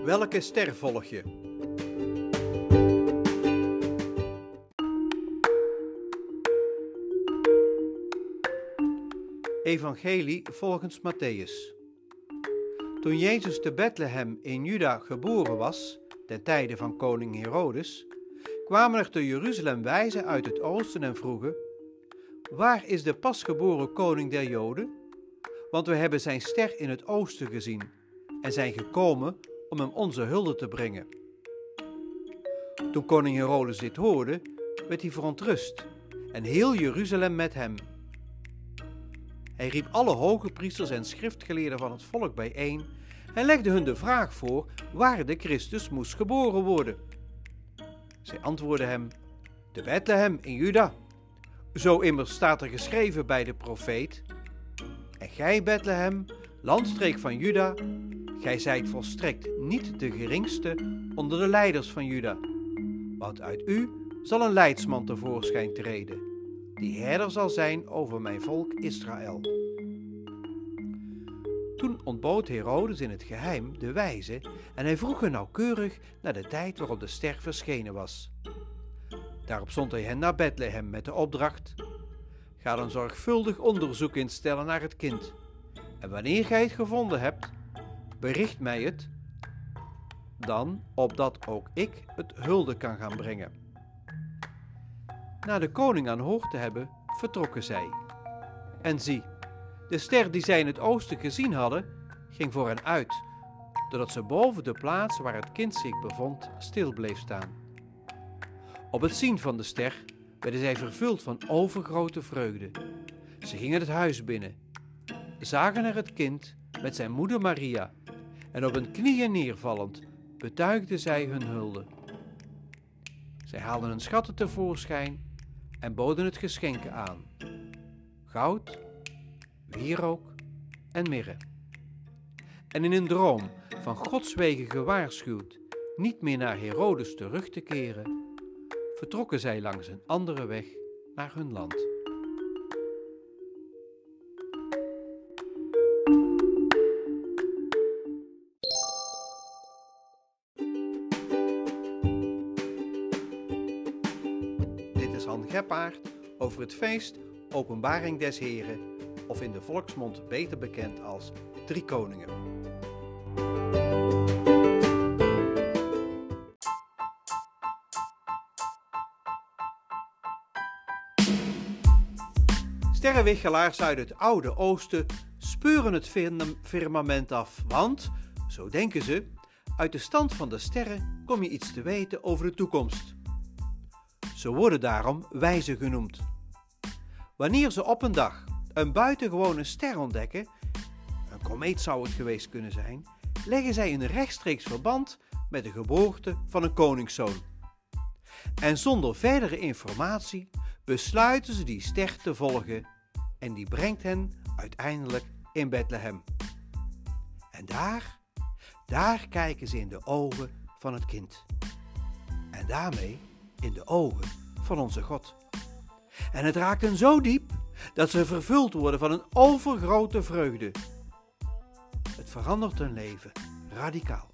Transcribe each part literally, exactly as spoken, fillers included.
Welke ster volg je? Evangelie volgens Mattheüs. Toen Jezus te Bethlehem in Juda geboren was, ten tijde van koning Herodes, kwamen er te Jeruzalem wijzen uit het oosten en vroegen: waar is de pasgeboren koning der Joden? Want we hebben zijn ster in het oosten gezien en zijn gekomen om hem onze hulde te brengen. Toen koning Herodes dit hoorde, werd hij verontrust en heel Jeruzalem met hem. Hij riep alle hoge priesters en schriftgeleerden van het volk bijeen en legde hun de vraag voor waar de Christus moest geboren worden. Zij antwoordden hem: te Bethlehem in Juda. Zo immers staat er geschreven bij de profeet: en gij, Bethlehem, landstreek van Juda, gij zijt volstrekt niet de geringste onder de leiders van Juda, want uit u zal een leidsman tevoorschijn treden, die herder zal zijn over mijn volk Israël. Toen ontbood Herodes in het geheim de wijzen en hij vroeg hen nauwkeurig naar de tijd waarop de ster verschenen was. Daarop zond hij hen naar Bethlehem met de opdracht: ga dan zorgvuldig onderzoek instellen naar het kind. En wanneer gij het gevonden hebt, bericht mij het, dan opdat ook ik het hulde kan gaan brengen. Na de koning aanhoord te hebben, vertrokken zij. En zie, de ster die zij in het oosten gezien hadden, ging voor hen uit, doordat ze boven de plaats waar het kind zich bevond stil bleef staan. Op het zien van de ster werden zij vervuld van overgrote vreugde. Ze gingen het huis binnen, zagen er het kind met zijn moeder Maria en op hun knieën neervallend betuigden zij hun hulde. Zij haalden hun schatten tevoorschijn en boden het geschenken aan: goud, wierook en mirre. En in een droom, van Gods wegen gewaarschuwd niet meer naar Herodes terug te keren, vertrokken zij langs een andere weg naar hun land. Dit is Han Gebbaert over het feest Openbaring des Heren, of in de volksmond beter bekend als Drie Koningen. Sterrenwichelaars uit het Oude Oosten speuren het firmament af, want, zo denken ze, uit de stand van de sterren kom je iets te weten over de toekomst. Ze worden daarom wijzen genoemd. Wanneer ze op een dag een buitengewone ster ontdekken, een komeet zou het geweest kunnen zijn, leggen zij een rechtstreeks verband met de geboorte van een koningszoon. En zonder verdere informatie besluiten ze die ster te volgen en die brengt hen uiteindelijk in Bethlehem. En daar, daar kijken ze in de ogen van het kind. En daarmee in de ogen van onze God. En het raakt hen zo diep dat ze vervuld worden van een overgrote vreugde. Het verandert hun leven radicaal.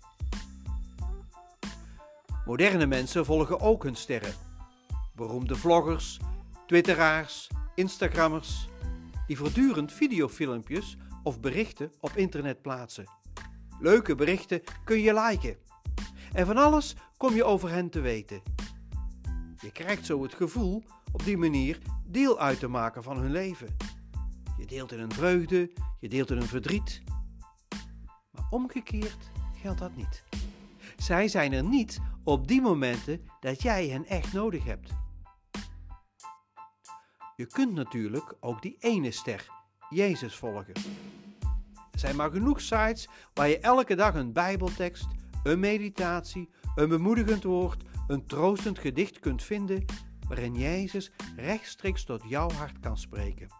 Moderne mensen volgen ook hun sterren. Beroemde vloggers, twitteraars, instagrammers, die voortdurend videofilmpjes of berichten op internet plaatsen. Leuke berichten kun je liken. En van alles kom je over hen te weten. Je krijgt zo het gevoel op die manier deel uit te maken van hun leven. Je deelt in hun vreugde, je deelt in hun verdriet. Maar omgekeerd geldt dat niet. Zij zijn er niet op die momenten dat jij hen echt nodig hebt. Je kunt natuurlijk ook die ene ster, Jezus, volgen. Er zijn maar genoeg sites waar je elke dag een Bijbeltekst, een meditatie, een bemoedigend woord, een troostend gedicht kunt vinden waarin Jezus rechtstreeks tot jouw hart kan spreken.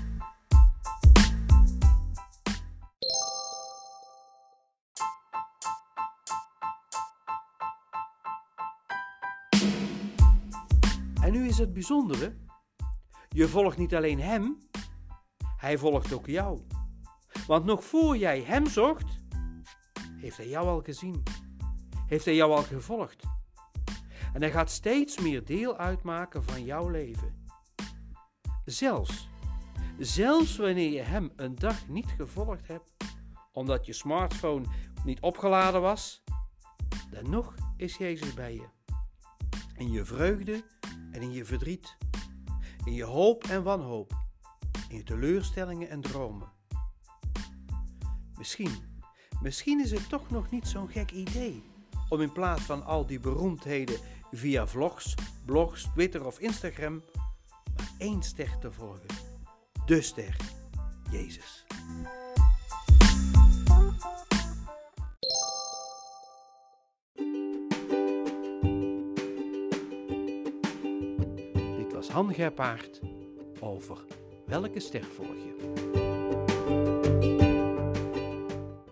En nu is het bijzondere: je volgt niet alleen hem, hij volgt ook jou. Want nog voor jij hem zocht, heeft hij jou al gezien. heeft hij jou al gevolgd. En hij gaat steeds meer deel uitmaken van jouw leven. Zelfs, zelfs wanneer je hem een dag niet gevolgd hebt, omdat je smartphone niet opgeladen was, dan nog is Jezus bij je. In je vreugde en in je verdriet, in je hoop en wanhoop, in je teleurstellingen en dromen. Misschien, misschien is het toch nog niet zo'n gek idee om in plaats van al die beroemdheden via vlogs, blogs, Twitter of Instagram, maar één ster te volgen. De ster, Jezus. Dit was Han Gerpaard over welke ster volg je?